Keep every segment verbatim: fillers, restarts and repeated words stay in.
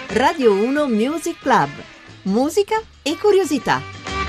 Radio uno Music Club. Musica e curiosità.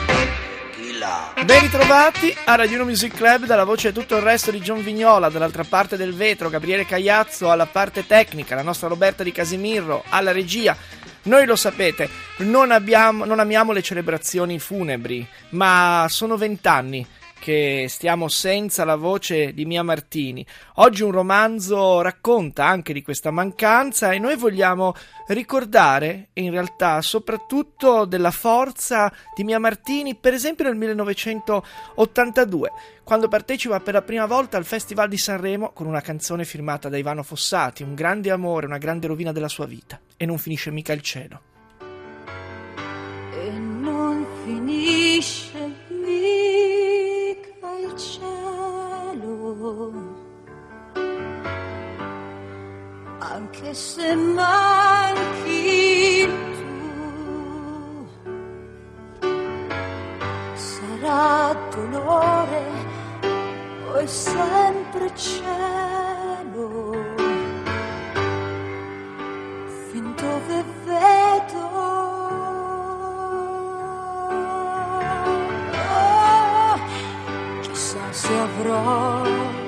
Ben ritrovati a Radio uno Music Club, dalla voce e tutto il resto di John Vignola, dall'altra parte del vetro Gabriele Cagliazzo, alla parte tecnica la nostra Roberta Di Casimirro, alla regia. Noi lo sapete, non abbiamo, non amiamo le celebrazioni funebri, ma sono vent'anni che stiamo senza la voce di Mia Martini. Oggi un romanzo racconta anche di questa mancanza e noi vogliamo ricordare in realtà soprattutto della forza di Mia Martini, per esempio nel millenovecentottantadue, quando partecipa per la prima volta al Festival di Sanremo con una canzone firmata da Ivano Fossati, un grande amore, una grande rovina della sua vita. E non finisce mica il cielo. E non finisce mica il cielo, anche se manchi tu, sarà dolore o è sempre cielo, fin dove vedo. Se avrò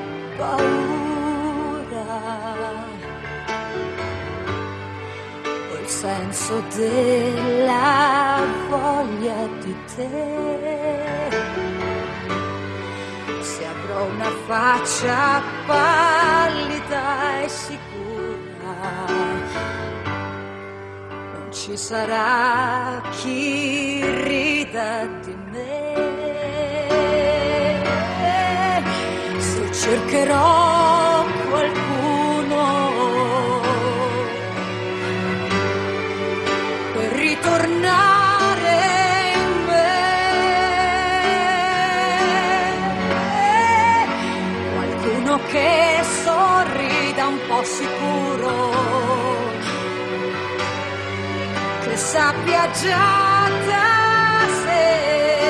paura o il senso della voglia di te, se avrò una faccia pallida e sicura, non ci sarà chi rida di me. Cercherò qualcuno per ritornare in me, qualcuno che sorrida un po' sicuro, che sappia già da sé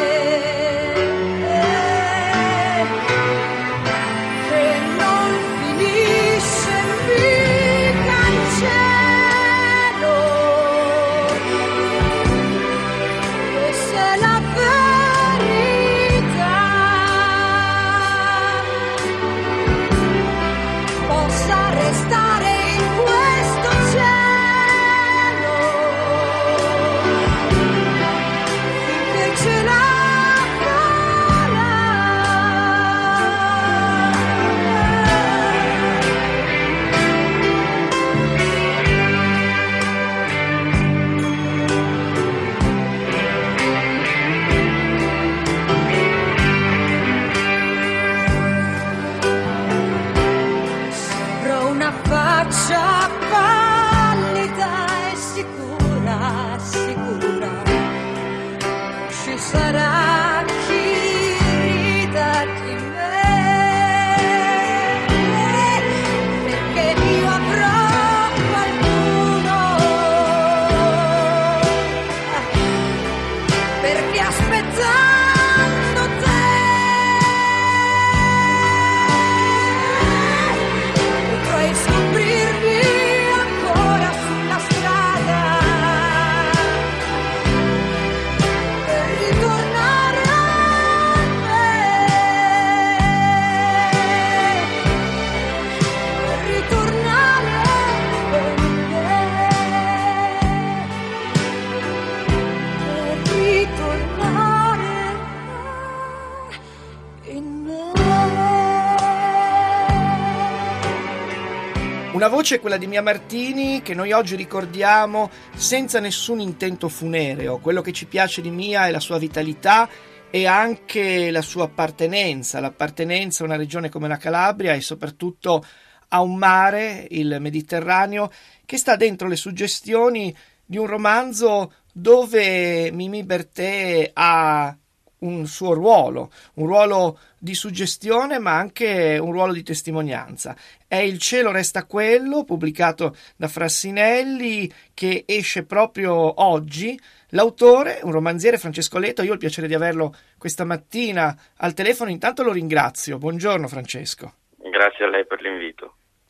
Una voce, quella di Mia Martini, che noi oggi ricordiamo senza nessun intento funereo. Quello che ci piace di Mia è la sua vitalità e anche la sua appartenenza, l'appartenenza a una regione come la Calabria e soprattutto a un mare, il Mediterraneo, che sta dentro le suggestioni di un romanzo dove Mimì Bertè ha un suo ruolo, un ruolo di suggestione ma anche un ruolo di testimonianza. È Il cielo resta quello, pubblicato da Frassinelli, che esce proprio oggi. L'autore, un romanziere, Francesco Leto. Io ho il piacere di averlo questa mattina al telefono, intanto lo ringrazio. Buongiorno Francesco. Grazie a lei per l'invito.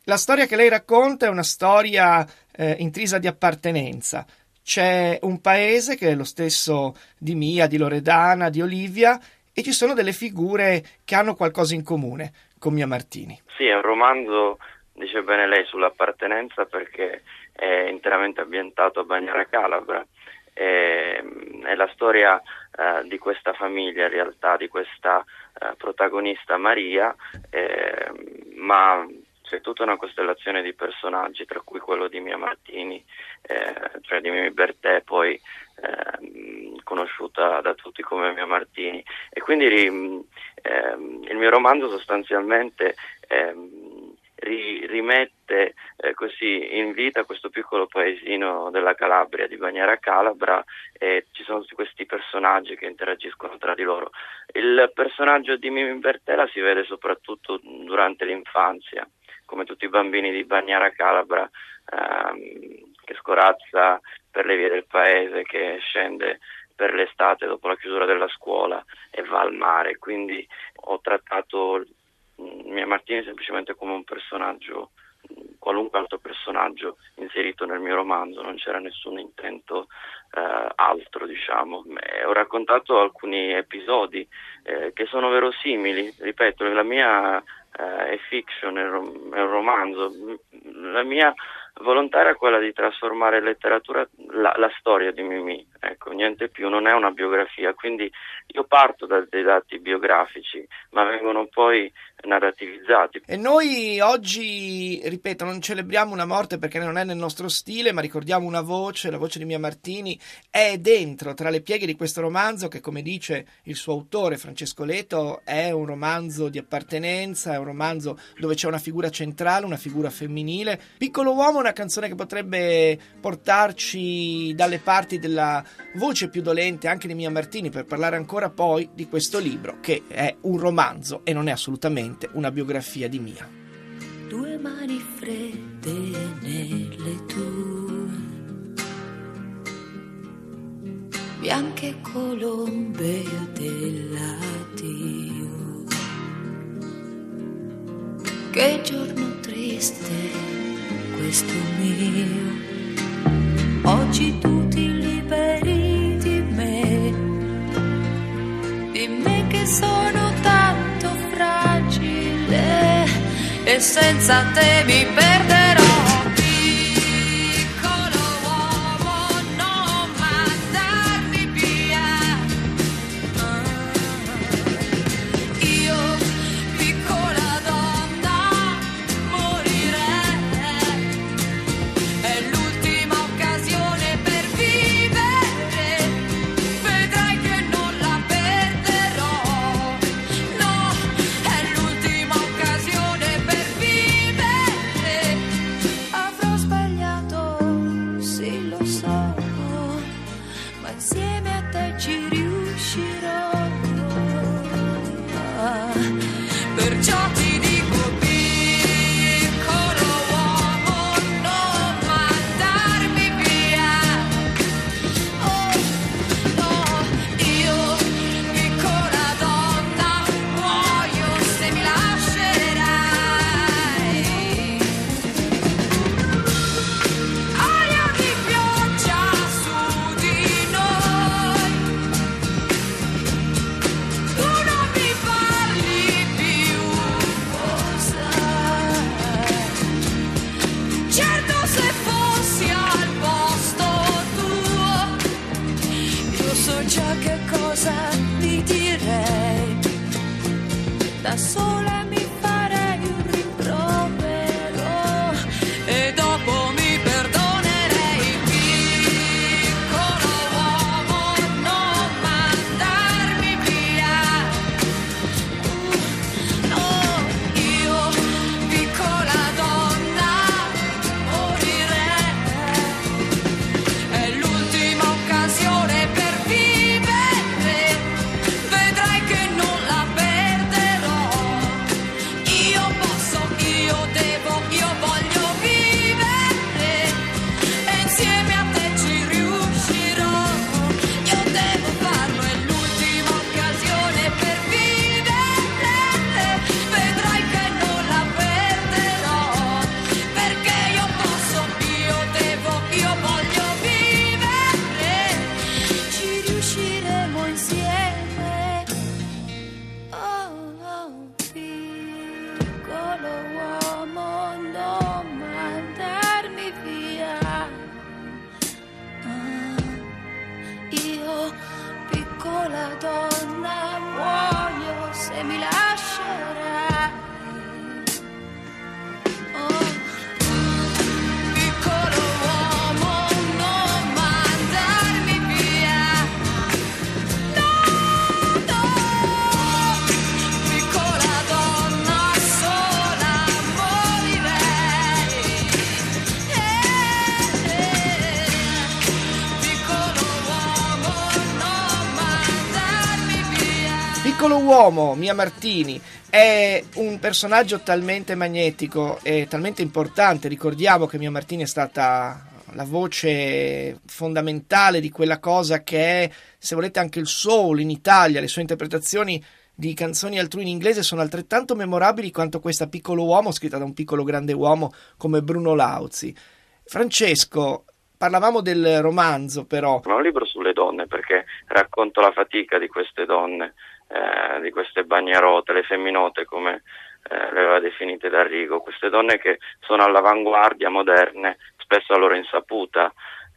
La storia che lei racconta è una storia eh, intrisa di appartenenza. C'è un paese che è lo stesso di Mia, di Loredana, di Olivia, e ci sono delle figure che hanno qualcosa in comune con Mia Martini. Sì, è un romanzo, dice bene lei, sull'appartenenza, perché è interamente ambientato a Bagnara Calabra. È, è la storia eh, di questa famiglia, in realtà, di questa eh, protagonista Maria, eh, ma c'è tutta una costellazione di personaggi, tra cui quello di Mia Martini, eh, cioè di Mimì Bertè, poi eh, conosciuta da tutti come Mia Martini. E quindi eh, il mio romanzo sostanzialmente eh, ri, rimette eh, così in vita questo piccolo paesino della Calabria, di Bagnara Calabra, e ci sono tutti questi personaggi che interagiscono tra di loro. Il personaggio di Mimì Bertè la si vede soprattutto durante l'infanzia, come tutti i bambini di Bagnara Calabra, ehm, che scorazza per le vie del paese, che scende per l'estate dopo la chiusura della scuola e va al mare. Quindi ho trattato Mia Martini semplicemente come un personaggio, qualunque altro personaggio inserito nel mio romanzo, non c'era nessun intento eh, altro, diciamo. E ho raccontato alcuni episodi eh, che sono verosimili, ripeto, la mia eh, è fiction, è, rom- è un romanzo. La mia volontà era quella di trasformare in letteratura la, la storia di Mimì, ecco, niente più, non è una biografia, quindi io parto da dei dati biografici, ma vengono poi narrativizzati. E noi oggi, ripeto, non celebriamo una morte perché non è nel nostro stile, ma ricordiamo una voce, la voce di Mia Martini, è dentro, tra le pieghe di questo romanzo che, come dice il suo autore Francesco Leto, è un romanzo di appartenenza, è un romanzo dove c'è una figura centrale, una figura femminile. Piccolo uomo, una canzone che potrebbe portarci dalle parti della voce più dolente anche di Mia Martini, per parlare ancora poi di questo libro che è un romanzo e non è assolutamente una biografia di Mia. Due mani fredde nelle tue, bianche colombe dell'addio. Che giorno triste questo mio, oggi tu ti liberi di me, di me che sono tanto fragile e senza te mi perderò. Piccolo uomo, non mandarmi via. Io, piccola donna, morirei. È l'ultima occasione per vivere, vedrai che non la perderò. No, è l'ultima occasione per vivere. Avrò sbagliato, sì lo so, ma insieme a te ci riuscirò. Perciò ti dico, piccolo uomo, non mandarmi via. Oh, no, io, piccola donna, muoio se mi lascerai. Aria di pioggia su di noi, tu non mi parli più, oh, sai. Certo, se fossi al posto tuo, io so già che cosa ti direi. Da sola mi farei un rimprovero e dopo mi perdonerei. Piccolo uomo, non mandarmi via. Uh, no, io, piccola donna, morirei. È l'ultima occasione per vivere, vedrai che non la perderò. Piccolo uomo, Mia Martini, è un personaggio talmente magnetico e talmente importante. Ricordiamo che Mia Martini è stata la voce fondamentale di quella cosa che è, se volete, anche il soul in Italia. Le sue interpretazioni di canzoni altrui in inglese sono altrettanto memorabili quanto questa Piccolo uomo, scritta da un piccolo grande uomo come Bruno Lauzi. Francesco, parlavamo del romanzo, però. È un libro sulle donne, perché racconto la fatica di queste donne, eh, di queste bagnarote, le femminote, come eh, le aveva definite D'Arrigo, queste donne che sono all'avanguardia, moderne, spesso a loro insaputa,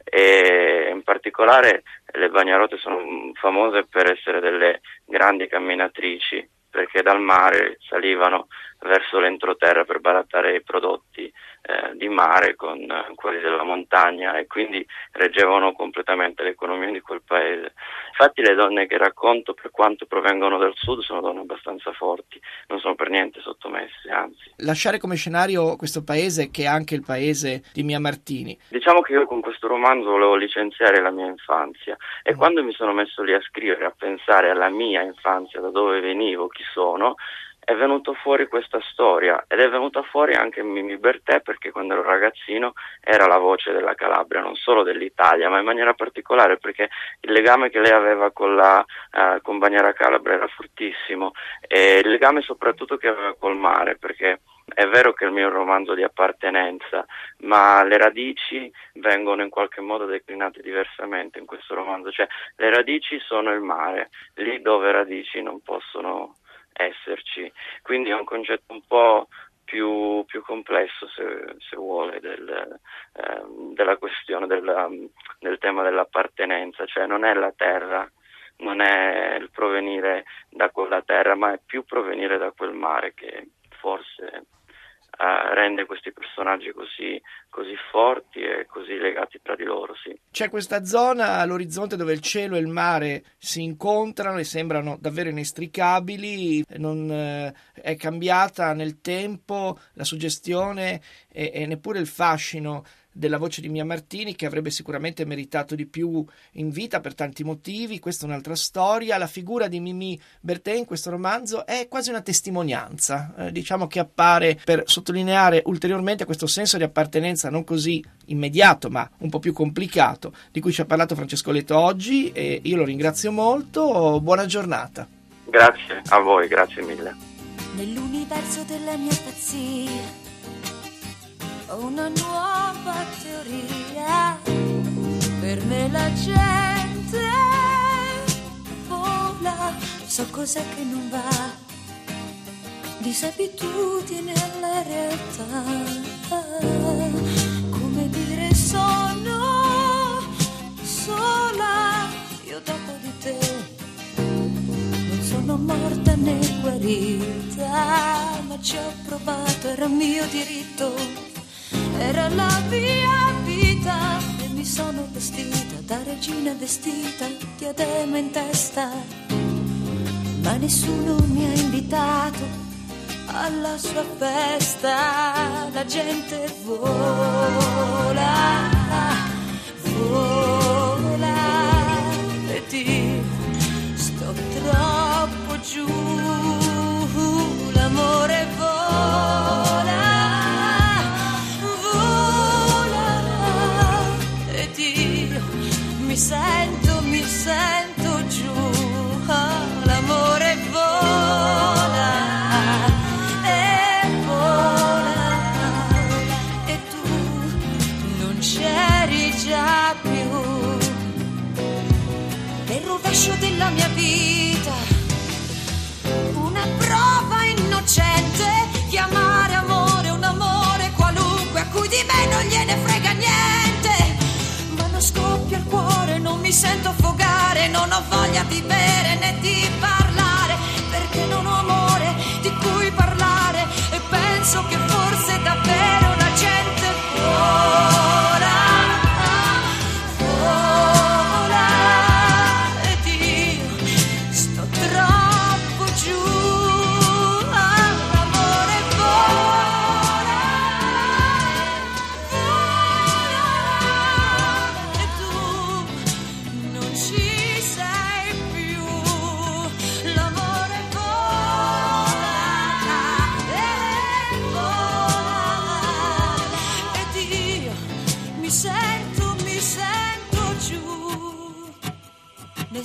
e in particolare le bagnarote sono famose per essere delle grandi camminatrici, perché dal mare salivano verso l'entroterra per barattare i prodotti eh, di mare con eh, quelli della montagna, e quindi reggevano completamente l'economia di quel paese. Infatti le donne che racconto, per quanto provengono dal sud, sono donne abbastanza forti, non sono per niente sottomesse, anzi. Lasciare come scenario questo paese, che è anche il paese di Mia Martini. Diciamo che io con questo romanzo volevo licenziare la mia infanzia, e Mm. quando mi sono messo lì a scrivere, a pensare alla mia infanzia, da dove venivo, chi sono, è venuto fuori questa storia, ed è venuta fuori anche Mimì Bertè, perché quando ero ragazzino era la voce della Calabria, non solo dell'Italia, ma in maniera particolare perché il legame che lei aveva con la uh, con Bagnara Calabra era fortissimo, e il legame soprattutto che aveva col mare, perché è vero che è il mio romanzo di appartenenza, ma le radici vengono in qualche modo declinate diversamente in questo romanzo, cioè le radici sono il mare, lì dove radici non possono esserci, quindi è un concetto un po' più, più complesso, se, se vuole, del, eh, della questione della, del tema dell'appartenenza, cioè non è la terra, non è il provenire da quella terra, ma è più provenire da quel mare che forse Uh, rende questi personaggi così, così forti e così legati tra di loro, sì. C'è questa zona all'orizzonte dove il cielo e il mare si incontrano e sembrano davvero inestricabili, non eh, è cambiata nel tempo la suggestione e, e neppure il fascino della voce di Mia Martini, che avrebbe sicuramente meritato di più in vita per tanti motivi. Questa è un'altra storia. La figura di Mimì Bertè in questo romanzo è quasi una testimonianza, eh, diciamo che appare per sottolineare ulteriormente questo senso di appartenenza non così immediato ma un po' più complicato, di cui ci ha parlato Francesco Leto oggi, e io lo ringrazio molto. Buona giornata. Grazie a voi, grazie mille. Nell'universo della mia pazzia ho una nuova teoria, per me la gente vola, so cos'è che non va, disabitudine alla realtà, come dire sono sola, io dopo di te non sono morta né guarita, ma ci ho provato, era mio diritto, era la mia vita, e mi sono vestita da regina vestita, diadema in testa, ma nessuno mi ha invitato alla sua festa. La gente vola, vola, e ti sto troppo giù, l'amore vola. Mi sento, mi sento giù, oh, l'amore vola e vola, e tu non c'eri già più. Nel rovescio della mia vita, una prova innocente, chiamare amore un amore qualunque a cui di me non gliene frega niente. Scoppia il cuore, non mi sento affogare, non ho voglia di bere né di parlare, perché non ho amore di cui parlare, e penso che forse davvero la gente vola, vola, ed io sto troppo giù, l'amore vola, vola, non ci sei più.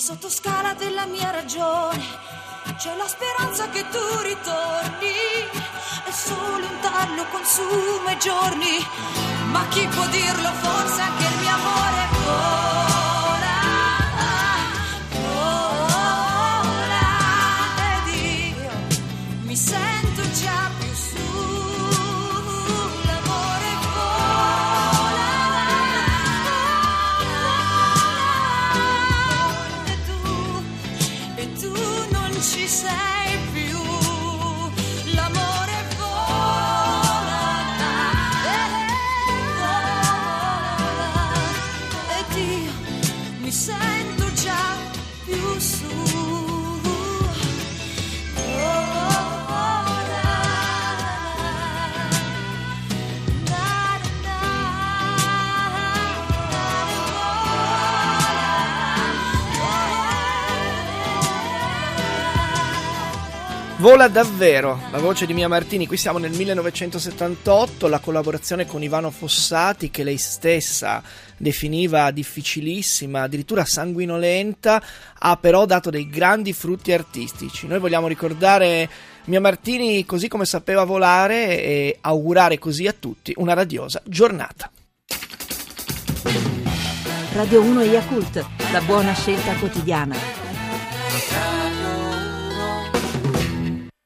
sottoscala della mia ragione c'è la speranza che tu ritorni, e solo un tarlo consuma i giorni, ma chi può dirlo, forse anche il mio amore vola, vola, ed io mi sento già più su, l'amore vola, e tu, e tu non ci sei più, l'amore vola, ed io mi sento già più su. Vola davvero, la voce di Mia Martini. Qui siamo nel millenovecentosettantotto, la collaborazione con Ivano Fossati, che lei stessa definiva difficilissima, addirittura sanguinolenta, ha però dato dei grandi frutti artistici. Noi vogliamo ricordare Mia Martini così come sapeva volare e augurare così a tutti una radiosa giornata. Radio uno e Yakult, la buona scelta quotidiana.